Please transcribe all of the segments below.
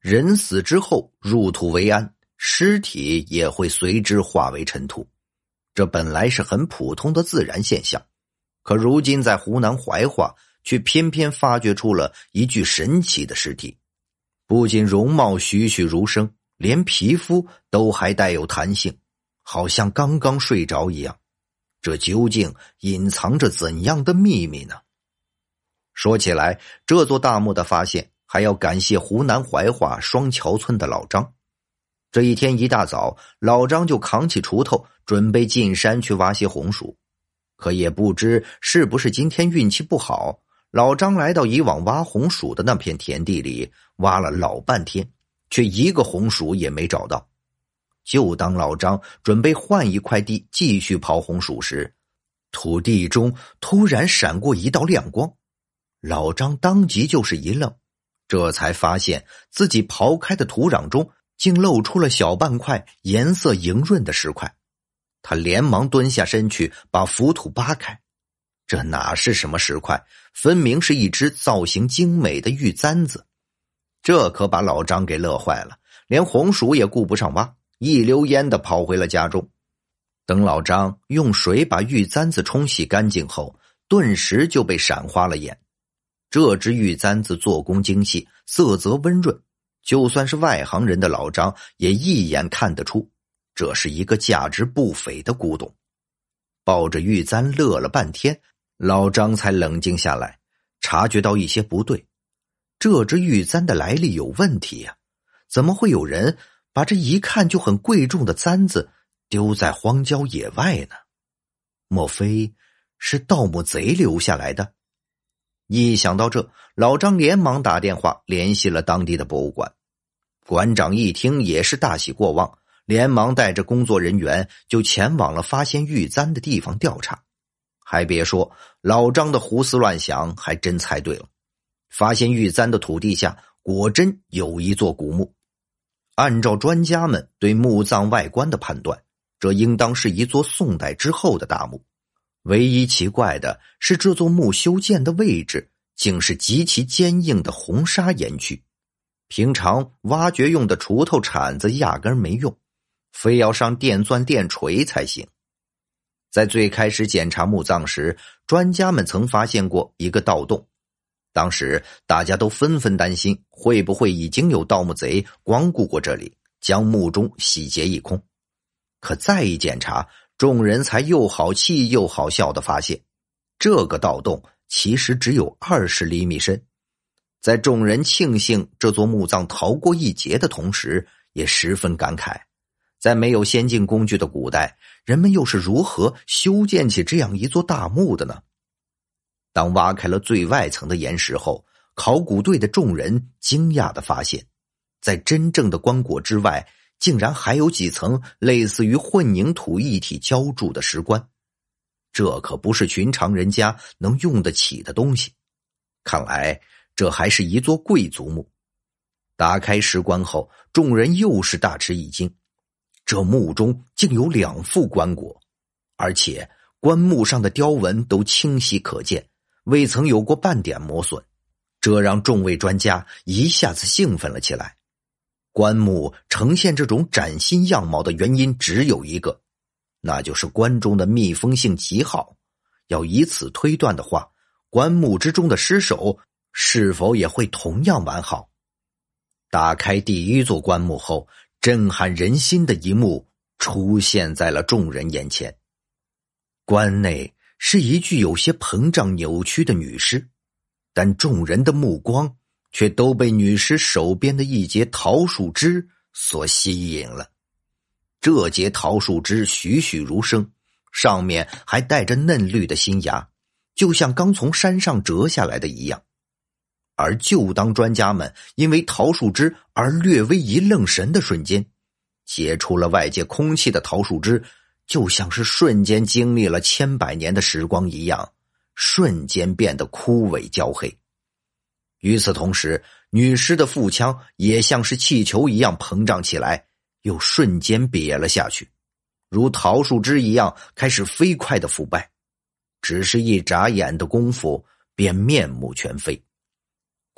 人死之后入土为安，尸体也会随之化为尘土，这本来是很普通的自然现象。可如今在湖南怀化却偏偏发掘出了一具神奇的尸体，不仅容貌栩栩如生，连皮肤都还带有弹性，好像刚刚睡着一样。这究竟隐藏着怎样的秘密呢？说起来，这座大墓的发现还要感谢湖南怀化双桥村的老张。这一天一大早，老张就扛起锄头准备进山去挖些红薯。可也不知是不是今天运气不好，老张来到以往挖红薯的那片田地里，挖了老半天，却一个红薯也没找到。就当老张准备换一块地继续刨红薯时，土地中突然闪过一道亮光。老张当即就是一愣，这才发现自己刨开的土壤中竟露出了小半块颜色莹润的石块。他连忙蹲下身去把浮土扒开，这哪是什么石块，分明是一只造型精美的玉簪子。这可把老张给乐坏了，连红薯也顾不上挖，一溜烟地跑回了家中。等老张用水把玉簪子冲洗干净后，顿时就被闪花了眼。这只玉簪子做工精细，色泽温润，就算是外行人的老张也一眼看得出，这是一个价值不菲的古董。抱着玉簪乐了半天，老张才冷静下来，察觉到一些不对。这只玉簪的来历有问题呀，怎么会有人把这一看就很贵重的簪子丢在荒郊野外呢？莫非是盗墓贼留下来的？一想到这，老张连忙打电话联系了当地的博物馆。馆长一听也是大喜过望，连忙带着工作人员就前往了发现玉簪的地方调查。还别说，老张的胡思乱想还真猜对了，发现玉簪的土地下果真有一座古墓。按照专家们对墓葬外观的判断，这应当是一座宋代之后的大墓。唯一奇怪的是，这座墓修建的位置竟是极其坚硬的红砂岩区，平常挖掘用的锄头铲子压根没用，非要上电钻电锤才行。在最开始检查墓葬时，专家们曾发现过一个盗洞，当时大家都纷纷担心会不会已经有盗墓贼光顾过这里，将墓中洗劫一空。可再一检查，众人才又好气又好笑地发现，这个盗洞其实只有20厘米深。在众人庆幸这座墓葬逃过一劫的同时，也十分感慨，在没有先进工具的古代，人们又是如何修建起这样一座大墓的呢？当挖开了最外层的岩石后，考古队的众人惊讶地发现，在真正的棺椁之外，竟然还有几层类似于混凝土一体浇筑的石棺。这可不是群常人家能用得起的东西，看来这还是一座贵族墓。打开石棺后，众人又是大吃一惊，这墓中竟有2副棺椁，而且棺木上的雕纹都清晰可见，未曾有过半点磨损，这让众位专家一下子兴奋了起来。棺木呈现这种崭新样貌的原因只有一个，那就是棺中的密封性极好。要以此推断的话，棺木之中的尸首是否也会同样完好？打开第一座棺木后，震撼人心的一幕出现在了众人眼前。棺内是一具有些膨胀扭曲的女尸，但众人的目光却都被女尸手边的一截桃树枝所吸引了。这节桃树枝栩栩如生，上面还带着嫩绿的新芽，就像刚从山上折下来的一样。而就当专家们因为桃树枝而略微一愣神的瞬间，接触了外界空气的桃树枝就像是瞬间经历了千百年的时光一样，瞬间变得枯萎焦黑。与此同时，女尸的腹腔也像是气球一样膨胀起来，又瞬间瘪了下去，如桃树枝一样开始飞快的腐败，只是一眨眼的功夫便面目全非。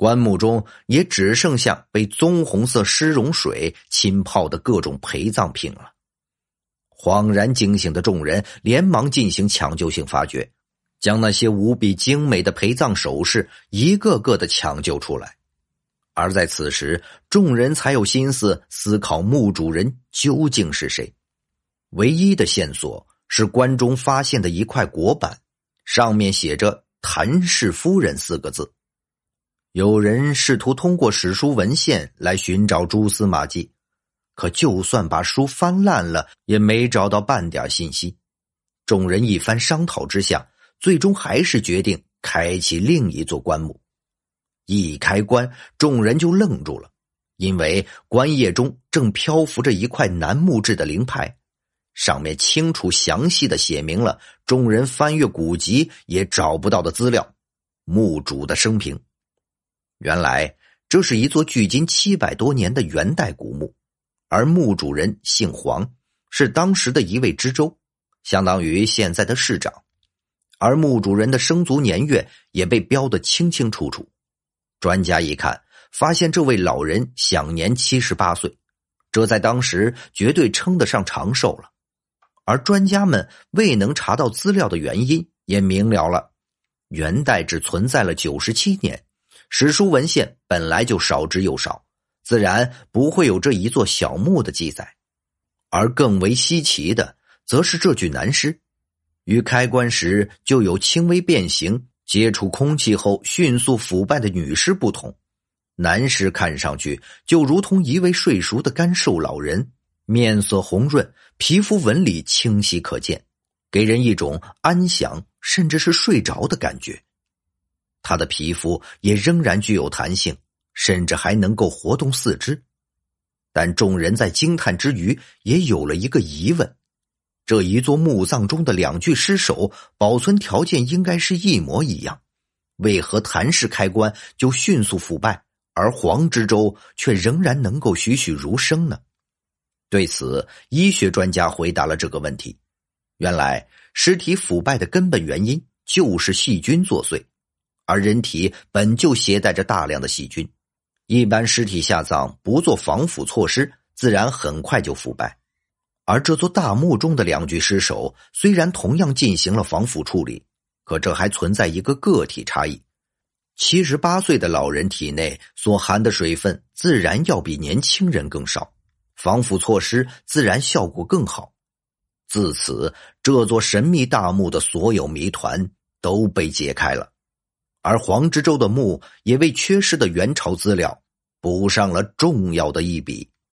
棺木中也只剩下被棕红色湿溶水浸泡的各种陪葬品了。恍然惊醒的众人连忙进行抢救性发掘，将那些无比精美的陪葬首饰一个个的抢救出来。而在此时，众人才有心思思考墓主人究竟是谁。唯一的线索是棺中发现的一块椁板，上面写着谭氏夫人4个字。有人试图通过史书文献来寻找蛛丝马迹，可就算把书翻烂了，也没找到半点信息。众人一番商讨之下，最终还是决定开启另一座棺木。一开棺，众人就愣住了，因为棺液中正漂浮着一块楠木制的灵牌，上面清楚详细的写明了众人翻阅古籍也找不到的资料：墓主的生平。原来这是一座距今700多年的元代古墓，而墓主人姓黄，是当时的一位知州，相当于现在的市长。而墓主人的生卒年月也被标得清清楚楚。专家一看，发现这位老人享年78岁，这在当时绝对称得上长寿了。而专家们未能查到资料的原因也明了了，元代只存在了97年，史书文献本来就少之又少，自然不会有这一座小墓的记载。而更为稀奇的则是这具男尸，与开棺时就有轻微变形、接触空气后迅速腐败的女尸不同，男尸看上去就如同一位睡熟的干瘦老人，面色红润，皮肤纹理清晰可见，给人一种安详甚至是睡着的感觉。他的皮肤也仍然具有弹性，甚至还能够活动四肢。但众人在惊叹之余也有了一个疑问，这一座墓葬中的2具尸首保存条件应该是一模一样，为何谭氏开棺就迅速腐败，而黄知州却仍然能够栩栩如生呢？对此，医学专家回答了这个问题。原来尸体腐败的根本原因就是细菌作祟，而人体本就携带着大量的细菌，一般尸体下葬不做防腐措施，自然很快就腐败。而这座大墓中的2具尸首虽然同样进行了防腐处理，可这还存在一个个体差异。78岁的老人体内所含的水分自然要比年轻人更少，防腐措施自然效果更好。自此，这座神秘大墓的所有谜团都被解开了，而黄知州的墓也为缺失的元朝资料补上了重要的一笔。